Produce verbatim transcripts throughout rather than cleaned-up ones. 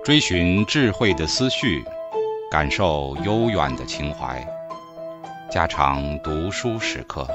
追寻智慧的思绪，感受悠远的情怀。家常读书时刻。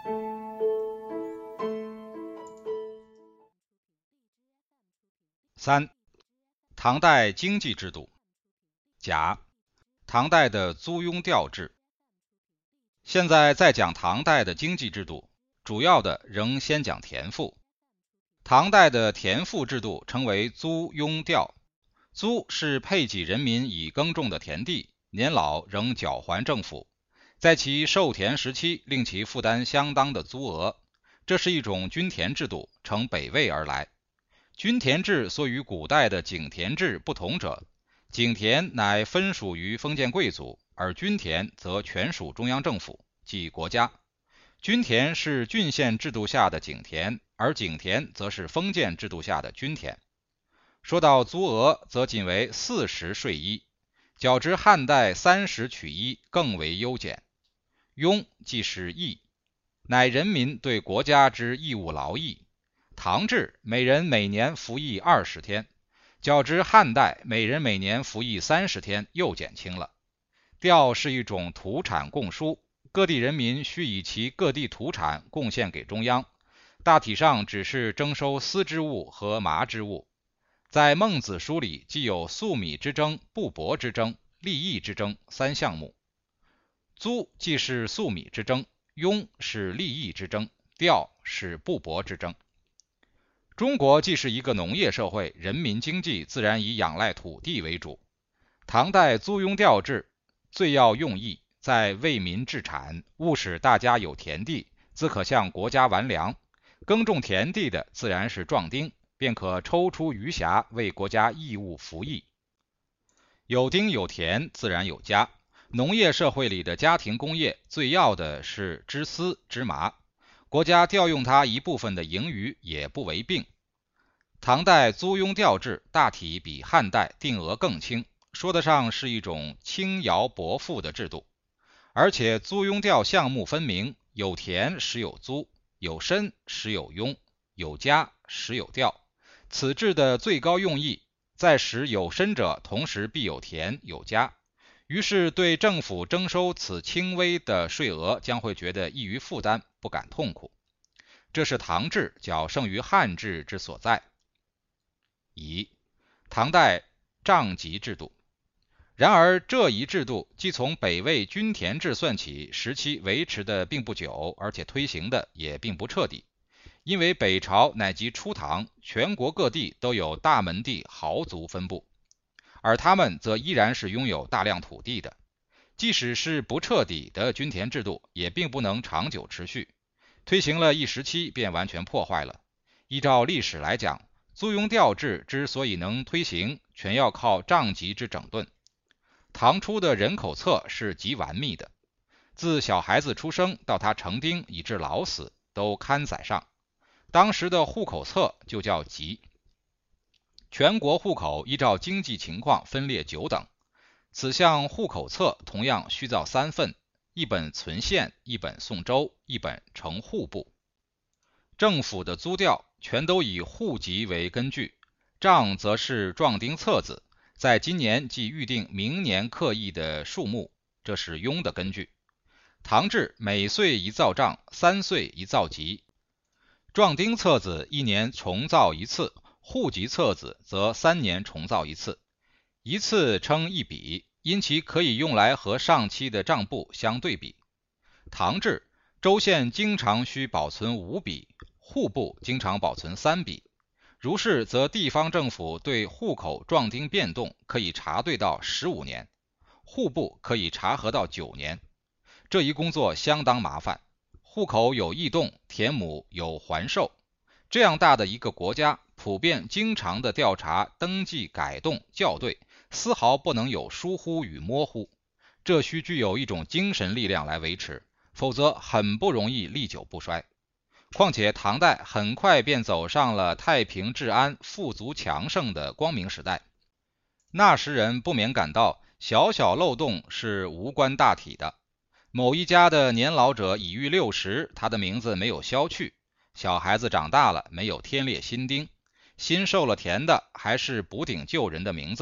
三、唐代经济制度。甲、唐代的租庸调制。现在在讲唐代的经济制度，主要的仍先讲田赋。唐代的田赋制度称为租庸调。租是配给人民以耕种的田地，年老仍缴还政府，在其授田时期令其负担相当的租额，这是一种均田制度，承北魏而来。均田制所与古代的井田制不同者，井田乃分属于封建贵族，而均田则全属中央政府，即国家。均田是郡县制度下的井田，而井田则是封建制度下的均田。说到租额，则仅为四十税一，较之汉代三十取一更为优减。庸即是役，乃人民对国家之义务劳役。唐制每人每年服役二十天，较之汉代每人每年服役三十天又减轻了。调是一种土产供输，各地人民需以其各地土产贡献给中央，大体上只是征收丝织物和麻织物。在孟子书里，既有粟米之争、布帛之争、利益之争三项目。租既是粟米之争，庸是利益之争，调是布帛之争。中国既是一个农业社会，人民经济自然以仰赖土地为主。唐代租庸调制最要用意在为民治产，务使大家有田地，自可向国家完粮。耕种田地的自然是壮丁，便可抽出余暇为国家义务服役。有丁有田，自然有家。农业社会里的家庭工业最要的是织丝织麻，国家调用它一部分的盈余也不为病。唐代租庸调制大体比汉代定额更轻，说得上是一种轻徭薄赋的制度。而且租庸调项目分明，有田实有租，有身实有庸，有家实有调。此制的最高用意在使有身者同时必有田有家，于是对政府征收此轻微的税额将会觉得易于负担，不敢痛苦。这是唐制较胜于汉制之所在。乙、唐代帐籍制度。然而这一制度既从北魏均田制算起，时期维持的并不久，而且推行的也并不彻底。因为北朝乃及初唐，全国各地都有大门第豪族分布，而他们则依然是拥有大量土地的。即使是不彻底的均田制度，也并不能长久持续，推行了一时期便完全破坏了。依照历史来讲，租庸调制之所以能推行，全要靠帐籍之整顿。唐初的人口册是极完密的，自小孩子出生到他成丁以至老死都刊载上。当时的户口册就叫籍。全国户口依照经济情况分列九等，此项户口册同样需造三份，一本存县，一本送州，一本呈户部。政府的租调全都以户籍为根据，账则是壮丁册子，在今年即预定明年课役的数目，这是庸的根据。唐制每岁一造账，三岁一造籍。壮丁册子一年重造一次，户籍册子则三年重造一次，一次称一笔，因其可以用来和上期的账簿相对比。唐制州县经常需保存五笔，户部经常保存三笔。如是，则地方政府对户口壮丁变动可以查对到十五年，户部可以查核到九年。这一工作相当麻烦。户口有异动，田亩有还售，这样大的一个国家，普遍经常的调查、登记、改动、校对，丝毫不能有疏忽与模糊，这需具有一种精神力量来维持，否则很不容易历久不衰。况且唐代很快便走上了太平治安、富足强盛的光明时代，那时人不免感到小小漏洞是无关大体的。某一家的年老者已逾六十，他的名字没有消去，小孩子长大了没有添列新丁，新受了田的还是补顶旧人的名字，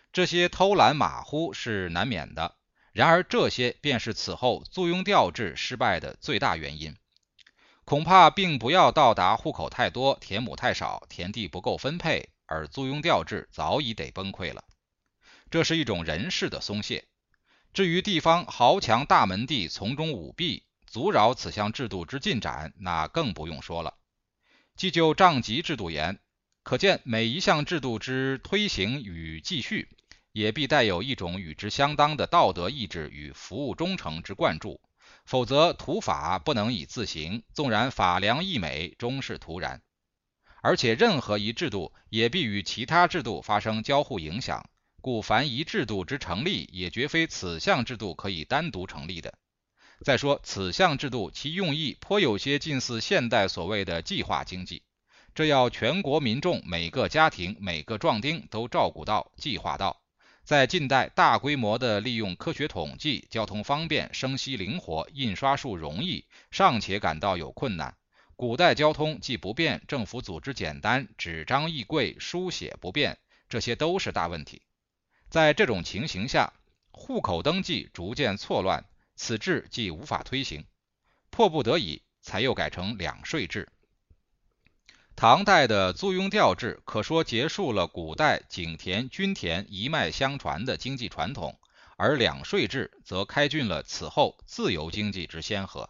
这些偷懒马虎是难免的，然而这些便是此后租庸调制失败的最大原因。恐怕并不要到达户口太多、田亩太少、田地不够分配，而租庸调制早已得崩溃了。这是一种人事的松懈。至于地方豪强大门第从中舞弊，阻扰此项制度之进展，那更不用说了。既就账籍制度言，可见每一项制度之推行与继续，也必带有一种与之相当的道德意志与服务忠诚之灌注，否则土法不能以自行，纵然法良义美，终是徒然。而且任何一制度也必与其他制度发生交互影响，故凡一制度之成立，也绝非此项制度可以单独成立的。再说此项制度其用意颇有些近似现代所谓的计划经济，这要全国民众每个家庭每个壮丁都照顾到计划到。在近代大规模的利用科学统计，交通方便，生息灵活，印刷术容易，尚且感到有困难。古代交通既不便，政府组织简单，纸张易贵，书写不便，这些都是大问题。在这种情形下，户口登记逐渐错乱，此制既无法推行，迫不得已才又改成两税制。唐代的租庸调制可说结束了古代井田均田一脉相传的经济传统，而两税制则开峻了此后自由经济之先河。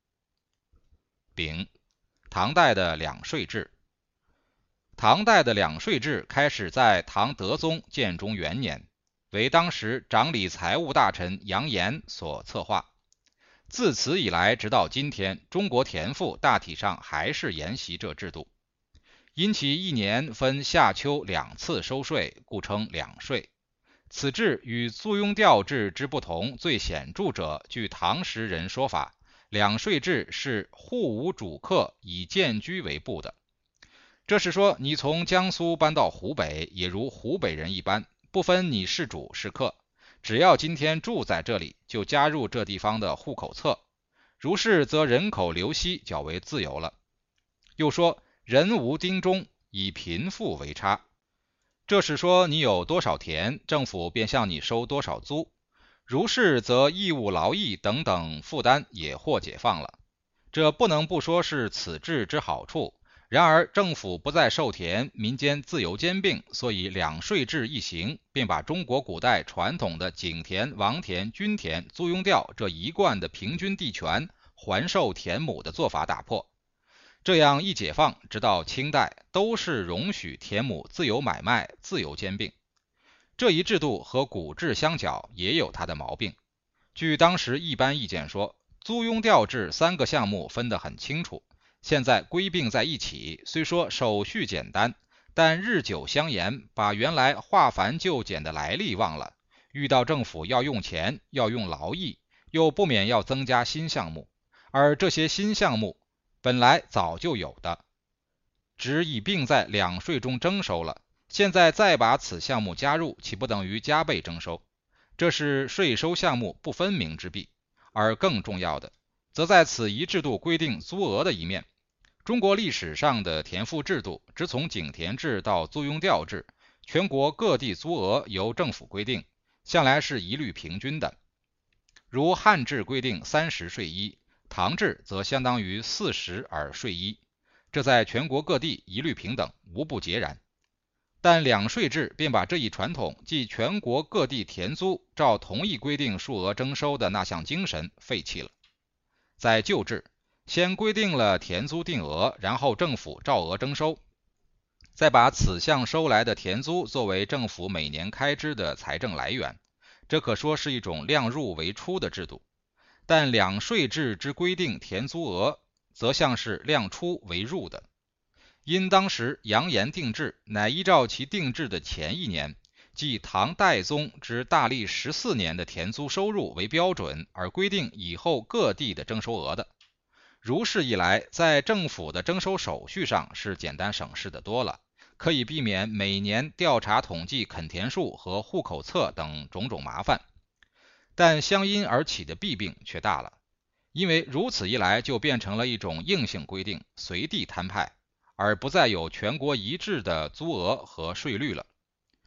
丙，唐代的两税制。唐代的两税制开始在唐德宗建中元年，为当时掌理财务大臣杨炎所策划。自此以来直到今天，中国田赋大体上还是沿袭这制度。因其一年分夏秋两次收税，故称两税。此制与租庸调制之不同，最显著者，据唐时人说法，两税制是户无主客，以建居为部的。这是说，你从江苏搬到湖北，也如湖北人一般，不分你是主是客，只要今天住在这里，就加入这地方的户口册。如是，则人口流息较为自由了。又说，人无丁中，以贫富为差。这是说你有多少田，政府便向你收多少租。如是，则义务劳役等等负担也或解放了。这不能不说是此制之好处。然而政府不再授田，民间自由兼并，所以两税制一行，便把中国古代传统的井田、王田、均田、租庸调这一贯的平均地权、还授田亩的做法打破。这样一解放，直到清代都是容许田亩自由买卖、自由兼并。这一制度和古制相较，也有它的毛病。据当时一般意见说，租庸调制三个项目分得很清楚，现在归并在一起，虽说手续简单，但日久相延，把原来化繁就简的来历忘了。遇到政府要用钱，要用劳役，又不免要增加新项目，而这些新项目本来早就有的，只已并在两税中征收了，现在再把此项目加入，岂不等于加倍征收？这是税收项目不分明之弊。而更重要的，则在此一制度规定租额的一面。中国历史上的田赋制度，只从井田制到租庸调制，全国各地租额由政府规定，向来是一律平均的。如汉制规定三十税一，唐制则相当于四十而税一，这在全国各地一律平等，无不截然。但两税制便把这一传统，即全国各地田租照同一规定数额征收的那项精神废弃了。在旧制，先规定了田租定额，然后政府照额征收，再把此项收来的田租作为政府每年开支的财政来源，这可说是一种量入为出的制度。但两税制之规定田租额，则像是量出为入的。因当时杨炎定制，乃依照其定制的前一年，即唐代宗之大历十四年的田租收入为标准，而规定以后各地的征收额的。如是一来，在政府的征收手续上是简单省事的多了，可以避免每年调查统计垦田数和户口册等种种麻烦。但相因而起的弊病却大了，因为如此一来就变成了一种硬性规定，随地摊派，而不再有全国一致的租额和税率了。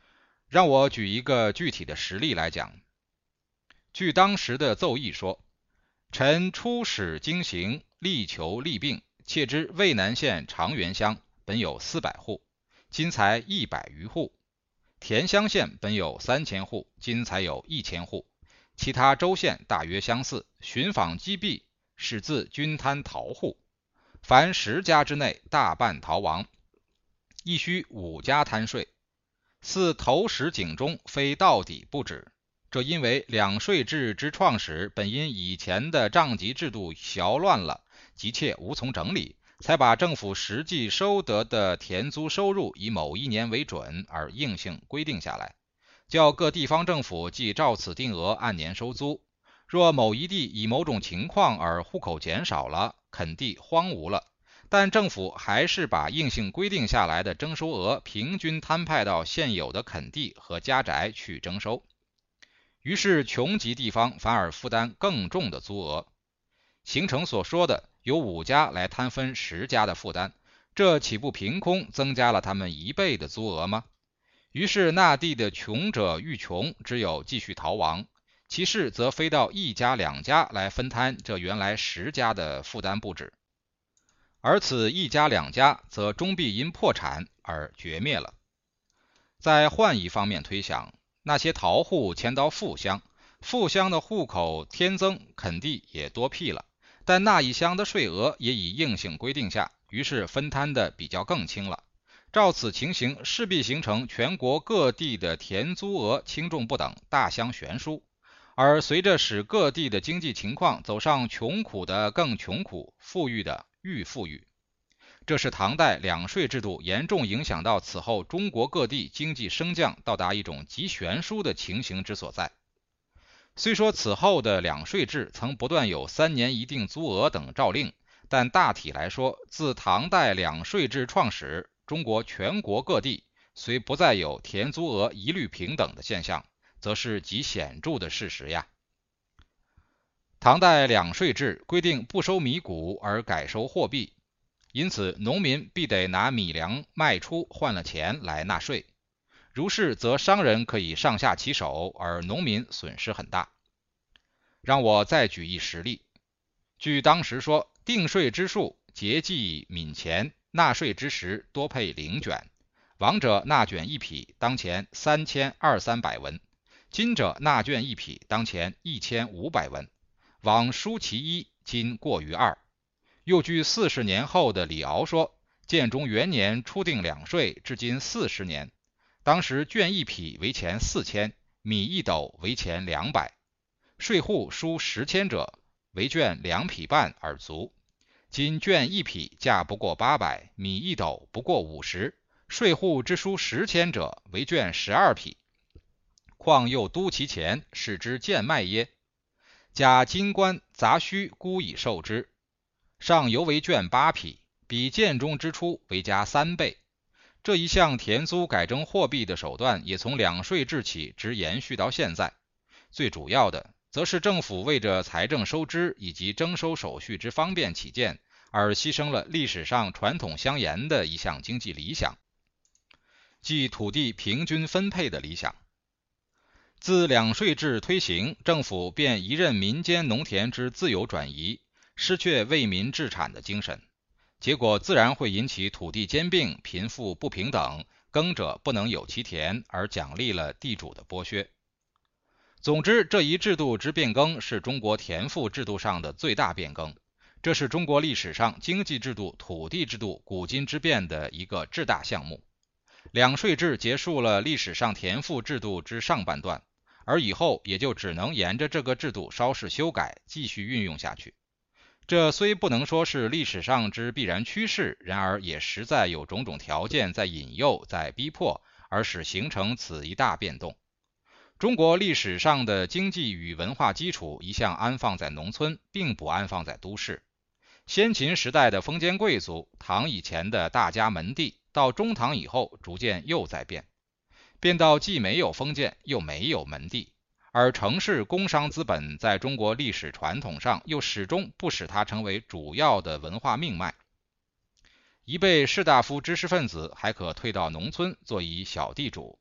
让我举一个具体的实例来讲。据当时的奏议说，臣出使京行，力求利病，窃知渭南县长垣乡本有四百户，今才一百余户；田乡县本有三千户，今才有一千户。其他州县大约相似，寻访击毙，始自均贪逃户，凡十家之内，大半逃亡，亦须五家贪税。似投石井中，非到底不止。这因为两税制之创始，本因以前的账籍制度淆乱了，急切无从整理，才把政府实际收得的田租收入以某一年为准而硬性规定下来，叫各地方政府即照此定额按年收租。若某一地以某种情况而户口减少了，垦地荒芜了，但政府还是把硬性规定下来的征收额平均摊派到现有的垦地和家宅去征收，于是穷极地方反而负担更重的租额，形成所说的由五家来摊分十家的负担，这岂不凭空增加了他们一倍的租额吗？于是那地的穷者愈穷，只有继续逃亡，其事则非到一家两家来分摊这原来十家的负担不止，而此一家两家则终必因破产而绝灭了。在换一方面推想，那些逃户迁到富乡，富乡的户口添增，垦地也多辟了，但那一乡的税额也已硬性规定下，于是分摊的比较更轻了。照此情形，势必形成全国各地的田租额轻重不等，大相悬殊。而随着使各地的经济情况走上穷苦的更穷苦，富裕的愈富裕，这是唐代两税制度严重影响到此后中国各地经济升降到达一种极悬殊的情形之所在。虽说此后的两税制曾不断有三年一定租额等诏令，但大体来说，自唐代两税制创始，中国全国各地虽不再有田租额一律平等的现象，则是极显著的事实呀。唐代两税制规定不收米谷而改收货币，因此农民必得拿米粮卖出换了钱来纳税，如是则商人可以上下其手，而农民损失很大。让我再举一实例。据当时说，定税之数节计敏钱，纳税之时多配零卷，往者纳卷一匹，当钱三千二三百文，今者纳卷一匹，当钱一千五百文，往疏其一，今过于二。又据四十年后的李敖说，建中元年初定两税，至今四十年，当时卷一匹为钱四千，米一斗为钱两百，税户输十千者，为卷两匹半而足。今卷一匹价不过八百，米一斗不过五十，税户之输十千者，为卷十二匹，况又督其钱，使之贱卖耶？假金官杂须孤以受之，上犹为卷八匹，比建中之初为加三倍。这一项田租改征货币的手段，也从两税制起，直延续到现在。最主要的则是政府为着财政收支以及征收手续之方便起见，而牺牲了历史上传统相沿的一项经济理想，即土地平均分配的理想。自两税制推行，政府便一任民间农田之自由转移，失去为民治产的精神，结果自然会引起土地兼并、贫富不平等，耕者不能有其田，而奖励了地主的剥削。总之，这一制度之变更是中国田赋制度上的最大变更，这是中国历史上经济制度、土地制度古今之变的一个至大项目。两税制结束了历史上田赋制度之上半段，而以后也就只能沿着这个制度稍事修改，继续运用下去。这虽不能说是历史上之必然趋势，然而也实在有种种条件在引诱、在逼迫，而使形成此一大变动。中国历史上的经济与文化基础一向安放在农村，并不安放在都市。先秦时代的封建贵族，唐以前的大家门第，到中唐以后逐渐又在变，变到既没有封建又没有门第，而城市工商资本在中国历史传统上又始终不使它成为主要的文化命脉。一辈士大夫知识分子还可退到农村做一小地主，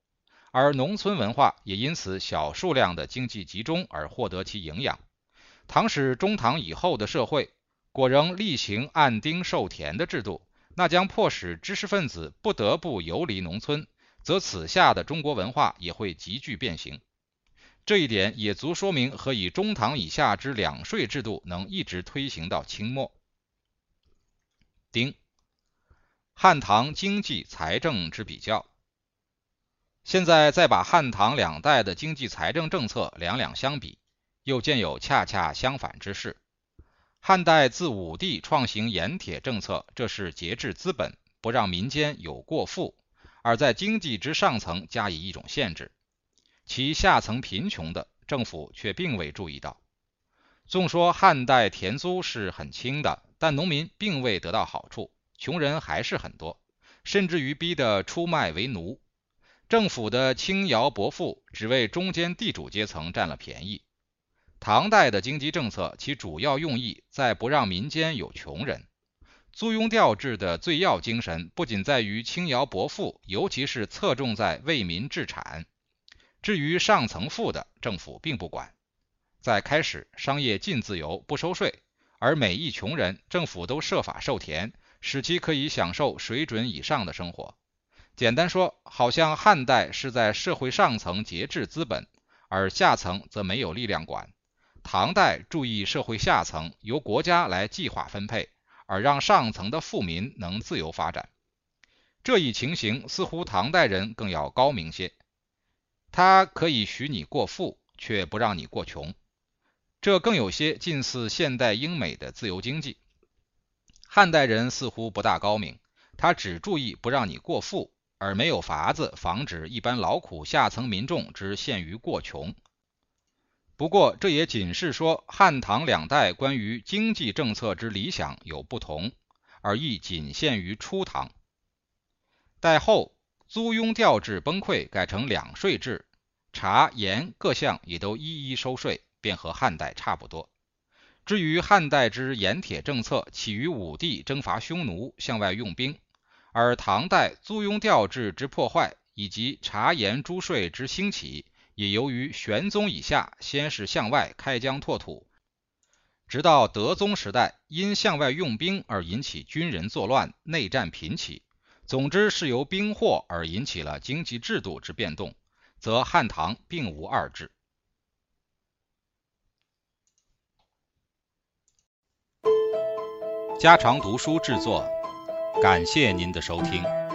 而农村文化也因此小数量的经济集中而获得其营养。唐使中唐以后的社会果仍厉行按丁授田的制度，那将迫使知识分子不得不游离农村，则此下的中国文化也会急剧变形。这一点也足说明何以中唐以下之两税制度能一直推行到清末。丁，汉唐经济财政之比较。现在再把汉唐两代的经济财政政策两两相比，又见有恰恰相反之势。汉代自武帝创行盐铁政策，这是节制资本，不让民间有过富，而在经济之上层加以一种限制，其下层贫穷的政府却并未注意到。纵说汉代田租是很轻的，但农民并未得到好处，穷人还是很多，甚至于逼得出卖为奴。政府的轻徭薄赋只为中间地主阶层占了便宜。唐代的经济政策其主要用意在不让民间有穷人。租庸调制的最要精神不仅在于轻徭薄赋，尤其是侧重在为民治产。至于上层富的，政府并不管。在开始，商业尽自由，不收税，而每一穷人，政府都设法授田，使其可以享受水准以上的生活。简单说，好像汉代是在社会上层节制资本，而下层则没有力量管。唐代注意社会下层由国家来计划分配，而让上层的富民能自由发展。这一情形似乎唐代人更要高明些，他可以许你过富，却不让你过穷，这更有些近似现代英美的自由经济。汉代人似乎不大高明，他只注意不让你过富，而没有法子防止一般劳苦下层民众之陷于过穷。不过这也仅是说汉唐两代关于经济政策之理想有不同，而亦仅限于初唐。待后租庸调制崩溃，改成两税制，茶盐各项也都一一收税，便和汉代差不多。至于汉代之盐铁政策起于武帝征伐匈奴，向外用兵，而唐代租庸调制之破坏以及茶盐诸税之兴起，也由于玄宗以下先是向外开疆拓土，直到德宗时代因向外用兵而引起军人作乱，内战频起。总之是由兵祸而引起了经济制度之变动，则汉唐并无二制。家常读书制作，感谢您的收听。